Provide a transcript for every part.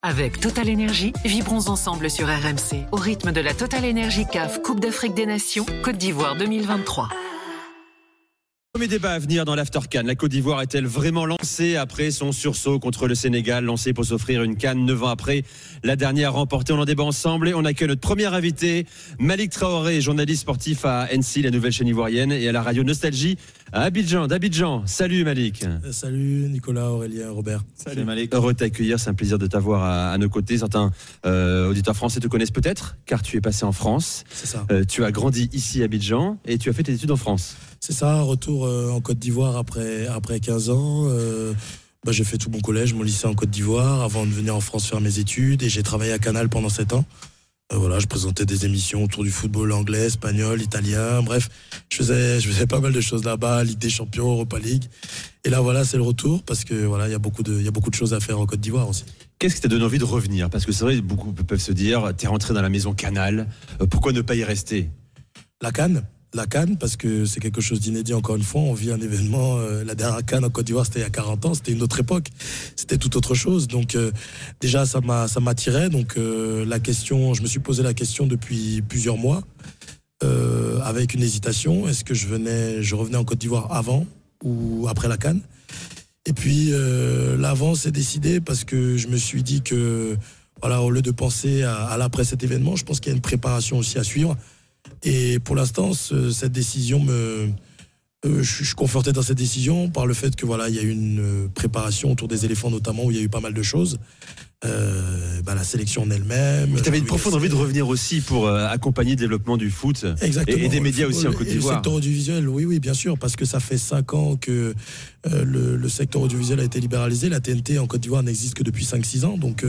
Avec Total Energy, vibrons ensemble sur RMC au rythme de la Total Energy CAF Coupe d'Afrique des Nations Côte d'Ivoire 2023. Premier débat à venir dans l'After CAN. La Côte d'Ivoire est-elle vraiment lancée après son sursaut contre le Sénégal, lancée pour s'offrir une CAN 9 ans après la dernière remportée? On en débat ensemble et on accueille notre premier invité, Malik Traoré, journaliste sportif à NC, la nouvelle chaîne ivoirienne, et à la radio Nostalgie à d'Abidjan. Salut Malik. Salut Nicolas, Aurélien, Robert. Salut Malik. Heureux de t'accueillir, c'est un plaisir de t'avoir à nos côtés. Certains auditeurs français te connaissent peut-être, car tu es passé en France. C'est ça. Tu as grandi ici à Abidjan et tu as fait tes études en France. C'est ça, retour en Côte d'Ivoire après 15 ans. J'ai fait tout mon collège, mon lycée en Côte d'Ivoire avant de venir en France faire mes études, et j'ai travaillé à Canal pendant 7 ans. Je présentais des émissions autour du football anglais, espagnol, italien, bref, je faisais pas mal de choses là-bas, Ligue des Champions, Europa League. Et là voilà, c'est le retour parce que il y a beaucoup de choses à faire en Côte d'Ivoire aussi. Qu'est-ce qui t'a donné envie de revenir? Parce que c'est vrai, beaucoup peuvent se dire, t'es rentré dans la maison Canal, pourquoi ne pas y rester? La CAN, parce que c'est quelque chose d'inédit. Encore une fois, on vit un événement. La dernière CAN en Côte d'Ivoire, c'était il y a 40 ans, c'était une autre époque, c'était tout autre chose. Donc déjà, ça m'attirait. Donc je me suis posé la question depuis plusieurs mois, avec une hésitation. Est-ce que je revenais en Côte d'Ivoire avant ou après la CAN? Et puis l'avant s'est décidé parce que je me suis dit que, au lieu de penser à l'après cet événement, je pense qu'il y a une préparation aussi à suivre. Et pour l'instant, cette décision je suis conforté dans cette décision par le fait que il y a eu une préparation autour des éléphants notamment, où il y a eu pas mal de choses. La sélection en elle-même. Tu avais une profonde envie de revenir aussi pour accompagner le développement du foot. Et des médias aussi en Côte d'Ivoire. Le secteur audiovisuel, oui, bien sûr, parce que ça fait 5 ans que le secteur audiovisuel a été libéralisé. La TNT en Côte d'Ivoire n'existe que depuis 5-6 ans. Donc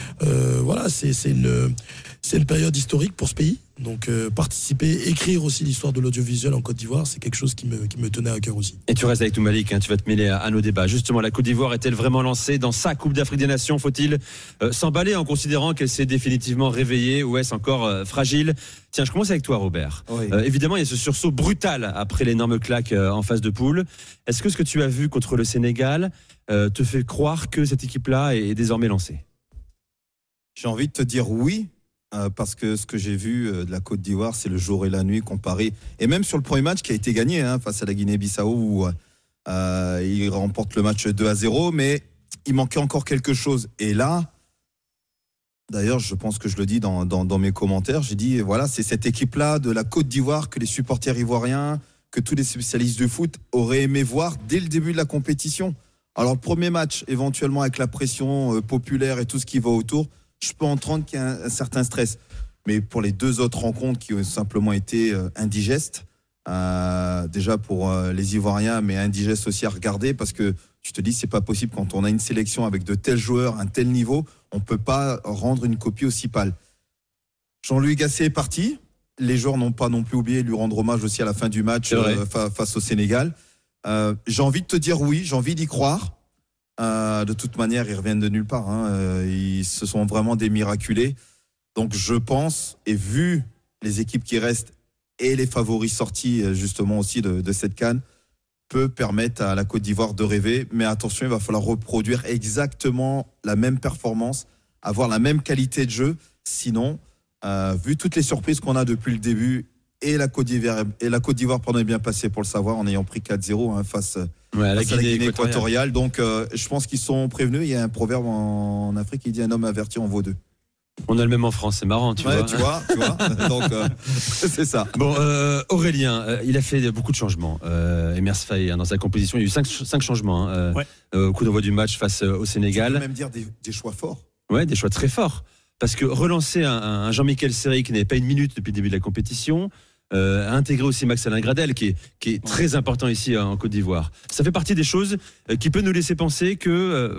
c'est une période historique pour ce pays. Donc participer, écrire aussi l'histoire de l'audiovisuel en Côte d'Ivoire, c'est quelque chose qui me tenait à cœur aussi. Et tu restes avec nous Malik, tu vas te mêler à nos débats. Justement, la Côte d'Ivoire est-elle vraiment lancée dans sa Coupe d'Afrique des Nations? Faut-il s'emballer en considérant qu'elle s'est définitivement réveillée, ou est-ce encore fragile? Tiens, je commence avec toi Robert. Oui. Évidemment, il y a ce sursaut brutal après l'énorme claque en phase de poule. Est-ce que ce que tu as vu contre le Sénégal te fait croire que cette équipe-là est désormais lancée? J'ai envie de te dire oui. Parce que ce que j'ai vu de la Côte d'Ivoire, c'est le jour et la nuit comparé. Et même sur le premier match qui a été gagné face à la Guinée-Bissau, où il remporte le match 2-0, mais il manquait encore quelque chose. Et là, d'ailleurs, je pense que je le dis dans mes commentaires, j'ai dit, c'est cette équipe-là de la Côte d'Ivoire que les supporters ivoiriens, que tous les spécialistes du foot auraient aimé voir dès le début de la compétition. Alors, le premier match, éventuellement avec la pression populaire et tout ce qui va autour, je peux entendre qu'il y a un certain stress. Mais pour les 2 autres rencontres qui ont simplement été indigestes, déjà pour les Ivoiriens, mais indigestes aussi à regarder, parce que tu te dis, c'est pas possible quand on a une sélection avec de tels joueurs, un tel niveau, on peut pas rendre une copie aussi pâle. Jean-Louis Gasset est parti. Les joueurs n'ont pas non plus oublié de lui rendre hommage aussi à la fin du match face au Sénégal. J'ai envie de te dire oui, j'ai envie d'y croire. De toute manière, ils reviennent de nulle part. Ils se sont vraiment démiraculés. Donc, je pense, et vu les équipes qui restent et les favoris sortis justement aussi de cette CAN, peut permettre à la Côte d'Ivoire de rêver. Mais attention, il va falloir reproduire exactement la même performance, avoir la même qualité de jeu. Sinon, vu toutes les surprises qu'on a depuis le début, et la Côte d'Ivoire est bien passée pour le savoir, en ayant pris 4-0 face à la Guinée équatoriale. Donc je pense qu'ils sont prévenus. Il y a un proverbe en Afrique qui dit un homme averti en vaut 2. On a le même en France, c'est marrant, tu vois. Tu vois. Donc c'est ça. Bon, Aurélien, il a fait beaucoup de changements. Emers Faé, dans sa composition, il y a eu 5 changements au coup d'envoi du match face au Sénégal. Tu peux même dire des choix forts. Ouais, des choix très forts. Parce que relancer un Jean-Michel Seri qui n'avait pas une minute depuis le début de la compétition, intégrer aussi Max-Alain Gradel qui est très important ici en Côte d'Ivoire. Ça fait partie des choses qui peut nous laisser penser que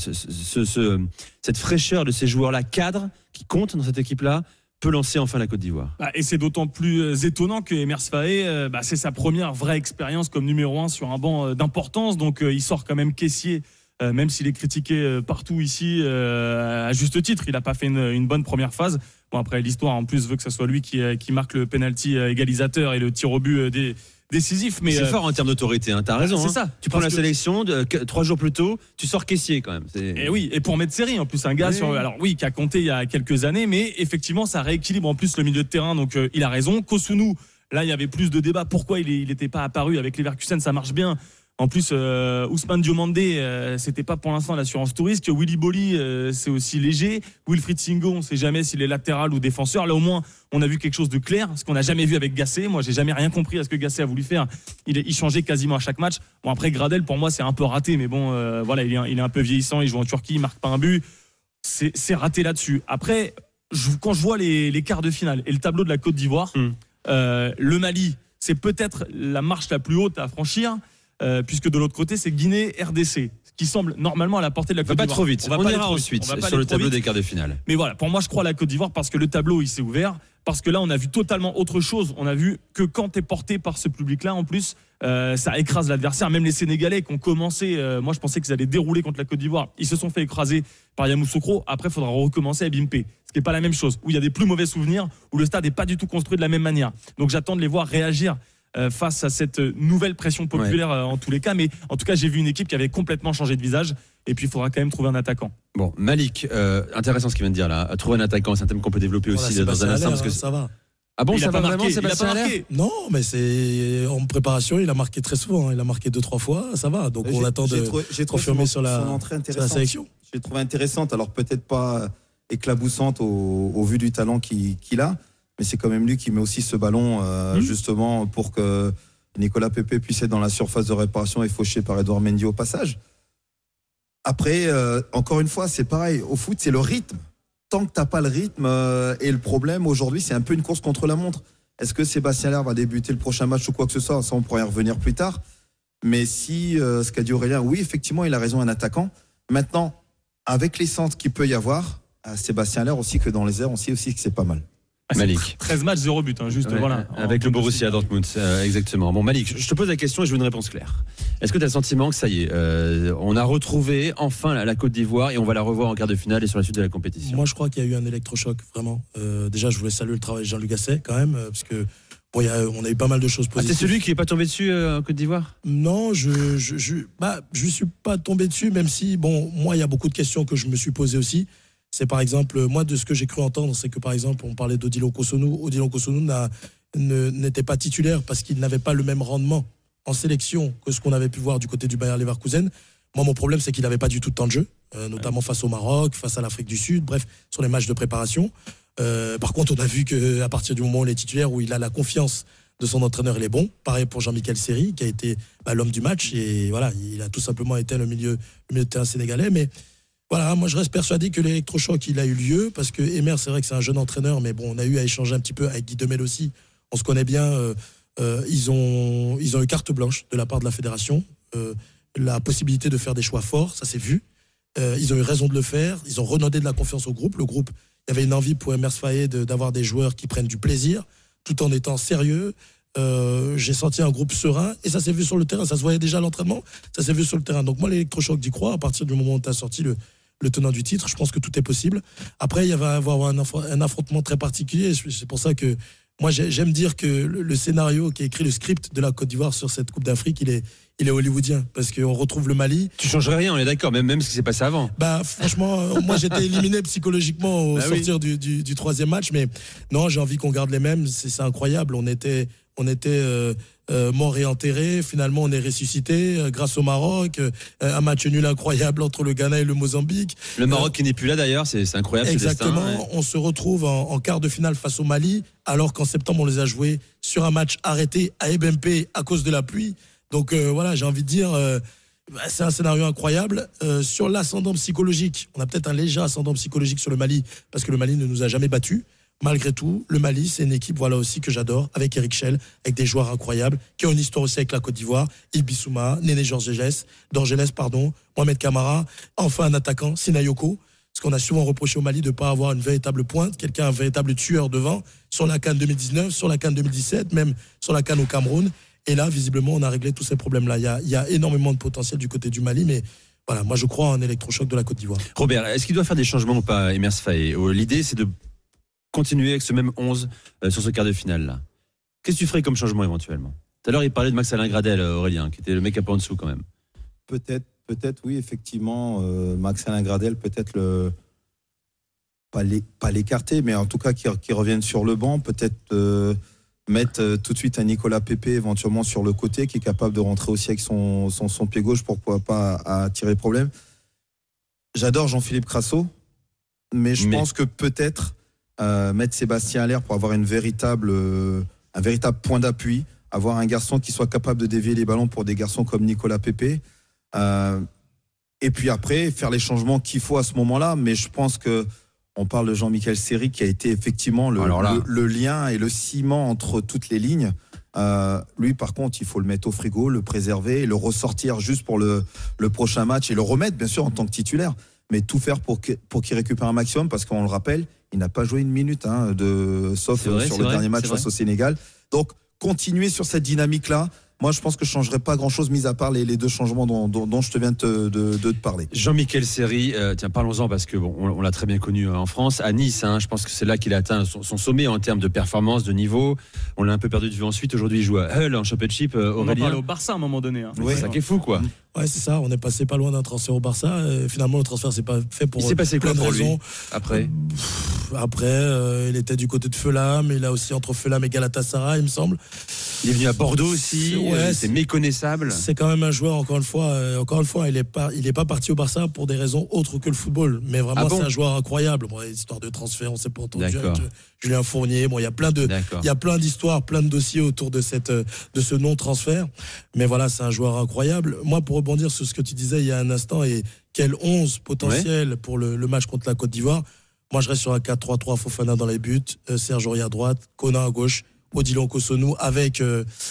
cette fraîcheur de ces joueurs-là cadres qui comptent dans cette équipe-là peut lancer enfin la Côte d'Ivoire. Et c'est d'autant plus étonnant que Emers Faé, c'est sa première vraie expérience comme numéro 1 sur un banc d'importance. Donc il sort quand même caissier. Même s'il est critiqué partout ici à juste titre, il n'a pas fait une bonne première phase. Bon, après, l'histoire en plus veut que ce soit lui qui marque le penalty égalisateur et le tir au but décisif. Mais c'est fort en termes d'autorité, hein, t'as raison. c'est hein. ça. Tu prends Parce la sélection, 3 jours plus tôt, tu sors caissier quand même. Et oui, et pour mettre série en plus, un gars qui a compté il y a quelques années, mais effectivement ça rééquilibre en plus le milieu de terrain, donc il a raison. Kosunu, là il y avait plus de débats, pourquoi il n'était pas apparu avec Leverkusen, ça marche bien. En plus, Ousmane Diomandé, c'était pas pour l'instant l'assurance tout risque. Willy Bolly, c'est aussi léger. Wilfried Singo, on sait jamais s'il est latéral ou défenseur. Là, au moins, on a vu quelque chose de clair, ce qu'on n'a jamais vu avec Gasset. Moi, j'ai jamais rien compris à ce que Gasset a voulu faire. Il changeait quasiment à chaque match. Bon, après, Gradel, pour moi, c'est un peu raté, mais bon, voilà, il est un peu vieillissant. Il joue en Turquie, il marque pas un but. C'est raté là-dessus. Après, quand je vois les quarts de finale et le tableau de la Côte d'Ivoire, le Mali, c'est peut-être la marche la plus haute à franchir. Puisque de l'autre côté c'est Guinée RDC, ce qui semble normalement à la portée de la Côte d'Ivoire. Pas trop vite, on ira ensuite sur le tableau des quarts de finale. Mais voilà, pour moi je crois à la Côte d'Ivoire parce que le tableau il s'est ouvert, parce que là on a vu totalement autre chose. On a vu que quand tu es porté par ce public là en plus, ça écrase l'adversaire. Même les Sénégalais qui ont commencé, moi je pensais qu'ils allaient dérouler contre la Côte d'Ivoire, ils se sont fait écraser par Yamoussoukro. Après il faudra recommencer à Bimpe, ce qui n'est pas la même chose, où il y a des plus mauvais souvenirs, où le stade n'est pas du tout construit de la même manière. Donc j'attends de les voir réagir face à cette nouvelle pression populaire en tous les cas, mais en tout cas j'ai vu une équipe qui avait complètement changé de visage, et puis il faudra quand même trouver un attaquant. Bon, Malik, intéressant ce qu'il vient de dire là, trouver un attaquant, c'est un thème qu'on peut développer aussi dans un instant, parce que ça va. Ah bon, il ça a va pas vraiment, marqué, Sébastien Haller ? Non, mais c'est en préparation, il a marqué très souvent, il a marqué 2-3 fois, ça va, donc on attend de confirmer sur la sélection. J'ai trouvé intéressante, alors peut-être pas éclaboussante au vu du talent qu'il a, mais c'est quand même lui qui met aussi ce ballon justement pour que Nicolas Pepe puisse être dans la surface de réparation et fauché par Edouard Mendy au passage. Après, encore une fois, c'est pareil. Au foot, c'est le rythme. Tant que tu n'as pas le rythme, et le problème aujourd'hui, c'est un peu une course contre la montre. Est-ce que Sébastien Haller va débuter le prochain match ou quoi que ce soit ? Ça, on pourrait y revenir plus tard. Mais si, ce qu'a dit Aurélien, oui, effectivement, il a raison, un attaquant. Maintenant, avec les centres qu'il peut y avoir, Sébastien Haller aussi, que dans les airs, on sait aussi que c'est pas mal. Malik. 13 matchs, 0 but, juste voilà. Avec le Borussia Dortmund, exactement. Bon, Malik, je te pose la question et je veux une réponse claire. Est-ce que tu as le sentiment que ça y est, on a retrouvé enfin la Côte d'Ivoire et on va la revoir en quart de finale et sur la suite de la compétition ? Moi, je crois qu'il y a eu un électrochoc, vraiment. Déjà, je voulais saluer le travail de Jean-Luc Gasset, quand même, parce que bon, on a eu pas mal de choses positives. C'est celui qui n'est pas tombé dessus en Côte d'Ivoire ? Non, je suis pas tombé dessus, même si, bon, moi, il y a beaucoup de questions que je me suis posées aussi. C'est par exemple, moi, de ce que j'ai cru entendre, c'est que par exemple, on parlait d'Odilon Kosunu. Odilon Kosunu n'était pas titulaire parce qu'il n'avait pas le même rendement en sélection que ce qu'on avait pu voir du côté du Bayer Leverkusen. Moi, mon problème, c'est qu'il n'avait pas du tout de temps de jeu, notamment face au Maroc, face à l'Afrique du Sud, bref, sur les matchs de préparation. Par contre, on a vu qu'à partir du moment où il est titulaire, où il a la confiance de son entraîneur, il est bon. Pareil pour Jean-Michel Seri, qui a été l'homme du match. Et voilà, il a tout simplement été le milieu de terrain sénégalais. Mais voilà, moi je reste persuadé que l'électrochoc il a eu lieu parce que Emer, c'est vrai que c'est un jeune entraîneur, mais bon, on a eu à échanger un petit peu avec Guy Demel aussi. On se connaît bien. Ils ont eu carte blanche de la part de la fédération, la possibilité de faire des choix forts, ça s'est vu. Ils ont eu raison de le faire. Ils ont redonné de la confiance au groupe. Le groupe, il y avait une envie pour Emers Faé d'avoir des joueurs qui prennent du plaisir, tout en étant sérieux. J'ai senti un groupe serein et ça s'est vu sur le terrain. Ça se voyait déjà à l'entraînement, ça s'est vu sur le terrain. Donc moi, l'électrochoc d'y croire, à partir du moment où tu as sorti le tenant du titre, je pense que tout est possible. Après, il va y avoir un affrontement très particulier. C'est pour ça que moi, j'aime dire que le scénario qui est écrit, le script de la Côte d'Ivoire sur cette Coupe d'Afrique, il est hollywoodien parce qu'on retrouve le Mali. Tu changerais rien, on est d'accord, même ce qui s'est passé avant. Franchement, moi j'étais éliminé psychologiquement au sortir du troisième match, mais non, j'ai envie qu'on garde les mêmes. C'est incroyable. On était mort et enterré. Finalement, on est ressuscité grâce au Maroc. Un match nul incroyable entre le Ghana et le Mozambique. Le Maroc qui n'est plus là d'ailleurs, c'est incroyable. Exactement. Ce destin, on se retrouve en quart de finale face au Mali, alors qu'en septembre, on les a joués sur un match arrêté à Ebempe à cause de la pluie. Donc voilà, j'ai envie de dire, c'est un scénario incroyable. Sur l'ascendant psychologique, on a peut-être un léger ascendant psychologique sur le Mali, parce que le Mali ne nous a jamais battus. Malgré tout, le Mali, c'est une équipe voilà aussi que j'adore, avec Eric Schell, avec des joueurs incroyables, qui ont une histoire aussi avec la Côte d'Ivoire, Ibissouma, Néné Dorgelès, Mohamed Kamara, enfin un attaquant, Sinayoko, parce qu'on a souvent reproché au Mali de ne pas avoir une véritable pointe, un véritable tueur devant, sur la CAN 2019, sur la CAN 2017, même sur la CAN au Cameroun. Et là, visiblement, on a réglé tous ces problèmes-là. Il y a énormément de potentiel du côté du Mali, mais voilà, moi je crois en un électrochoc de la Côte d'Ivoire. Robert, est-ce qu'il doit faire des changements ou pas, Emers Faé ? L'idée, c'est de continuer avec ce même 11 sur ce quart de finale-là. Qu'est-ce que tu ferais comme changement éventuellement ? Tout à l'heure, il parlait de Max-Alain Gradel, Aurélien, qui était le mec un peu en dessous quand même. Peut-être, oui, effectivement, Max-Alain Gradel, peut-être pas l'écarter, mais en tout cas qui revienne sur le banc, peut-être mettre tout de suite un Nicolas Pepe éventuellement sur le côté, qui est capable de rentrer aussi avec son pied gauche, pourquoi pas attirer problème. J'adore Jean-Philippe Crasso, mais je pense que peut-être mettre Sébastien Haller pour avoir un véritable point d'appui, avoir un garçon qui soit capable de dévier les ballons pour des garçons comme Nicolas Pepe, et puis après faire les changements qu'il faut à ce moment-là. Mais je pense que on parle de Jean-Michel Seri, qui a été effectivement le lien et le ciment entre toutes les lignes. Lui, par contre, il faut le mettre au frigo, le préserver, le ressortir juste pour le prochain match et le remettre, bien sûr, en tant que titulaire. Mais tout faire pour qu'il récupère un maximum, parce qu'on le rappelle, il n'a pas joué une minute, sauf sur le dernier match face au Sénégal. Donc, continuer sur cette dynamique-là. Moi, je pense que je ne changerai pas grand-chose, mis à part les deux changements dont je te viens de te parler. Jean-Michel Seri, tiens, parlons-en, parce que on l'a très bien connu en France, à Nice. Je pense que c'est là qu'il a atteint son sommet en termes de performance, de niveau. On l'a un peu perdu de vue ensuite. Aujourd'hui, il joue à Hull en Championship. On en parle au Barça à un moment donné. Oui, c'est ça qui est fou, quoi. Ouais, c'est ça. On est passé pas loin d'un transfert au Barça. Finalement, le transfert s'est pas fait pour. Il s'est passé quoi plein de pour raisons. lui après il était du côté de Fulham. Il a aussi entre Fulham et Galatasaray, il me semble. Il est venu à Bordeaux aussi. Ouais, c'est méconnaissable. C'est quand même un joueur, encore une fois, il est pas parti au Barça pour des raisons autres que le football. Mais vraiment, c'est un joueur incroyable. Bon, histoire de transfert, on s'est pas entendu avec Julien Fournier. Bon, il y a plein d'histoires, plein de dossiers autour de ce non-transfert. Mais voilà, c'est un joueur incroyable. Moi, pour rebondir sur ce que tu disais il y a un instant, et quel 11 potentiel pour le match contre la Côte d'Ivoire. Moi, je reste sur un 4-3-3, Fofana dans les buts, Serge Aurier à droite, Konan à gauche, Odilon Kosonou avec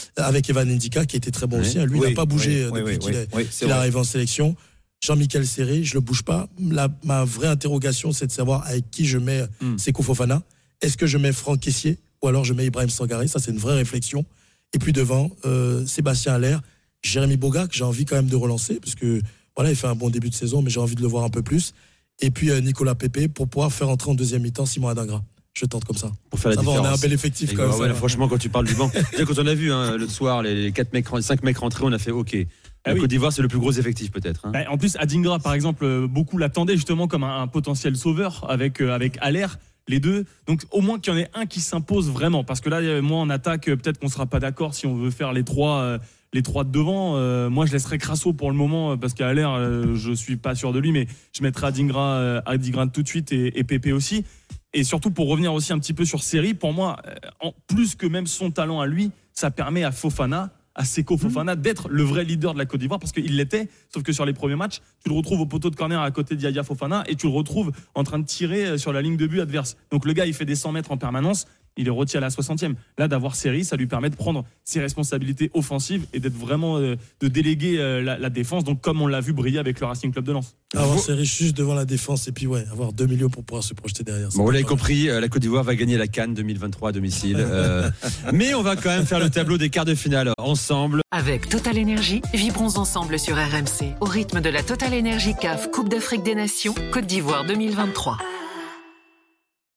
Evan Ndika, qui était très bon aussi. Lui, il n'a pas bougé depuis qu'il est arrivé en sélection. Jean-Michel Seri, je le bouge pas. Ma vraie interrogation, c'est de savoir avec qui je mets Sékou Fofana. Est-ce que je mets Franck Kessié ou alors je mets Ibrahim Sangaré? Ça, c'est une vraie réflexion. Et puis devant, Sébastien Haller, Jérémy Boga, que j'ai envie quand même de relancer, parce que voilà, il fait un bon début de saison, mais j'ai envie de le voir un peu plus. Et puis Nicolas Pepe pour pouvoir faire entrer en deuxième mi-temps Simon Adingra. Je tente comme ça. Pour faire la différence. On a un bel effectif quand même. Ouais, franchement, quand tu parles du banc, quand on a vu le soir les 5 mecs rentrés, on a fait OK. La Côte d'Ivoire, c'est le plus gros effectif peut-être. En plus, Adingra, par exemple, beaucoup l'attendaient justement comme un potentiel sauveur avec Haller. Les deux, donc au moins qu'il y en ait un qui s'impose vraiment, parce que là, moi en attaque, peut-être qu'on sera pas d'accord si on veut faire les trois de devant. Moi, je laisserai Crasso pour le moment, parce qu'à l'air, je suis pas sûr de lui, mais je mettrai Adingra tout de suite et Pepe aussi. Et surtout pour revenir aussi un petit peu sur Seri, pour moi, en plus que même son talent à lui, ça permet à Sékou Fofana d'être le vrai leader de la Côte d'Ivoire, parce qu'il l'était, sauf que sur les premiers matchs, tu le retrouves au poteau de corner à côté d'Yaya Fofana et tu le retrouves en train de tirer sur la ligne de but adverse. Donc le gars, il fait des 100 mètres en permanence, il est rôti à la 60e. Là, d'avoir Seri, ça lui permet de prendre ses responsabilités offensives et d'être vraiment de déléguer la défense, donc comme on l'a vu briller avec le Racing Club de Lens. Avoir Seri juste devant la défense et puis avoir 2 milieux pour pouvoir se projeter derrière. Bon, vous l'avez compris, la Côte d'Ivoire va gagner la CAN 2023 à domicile. Mais on va quand même faire le tableau des quarts de finale ensemble. Avec Total Énergie, vibrons ensemble sur RMC au rythme de la Total Énergie CAF Coupe d'Afrique des Nations Côte d'Ivoire 2023.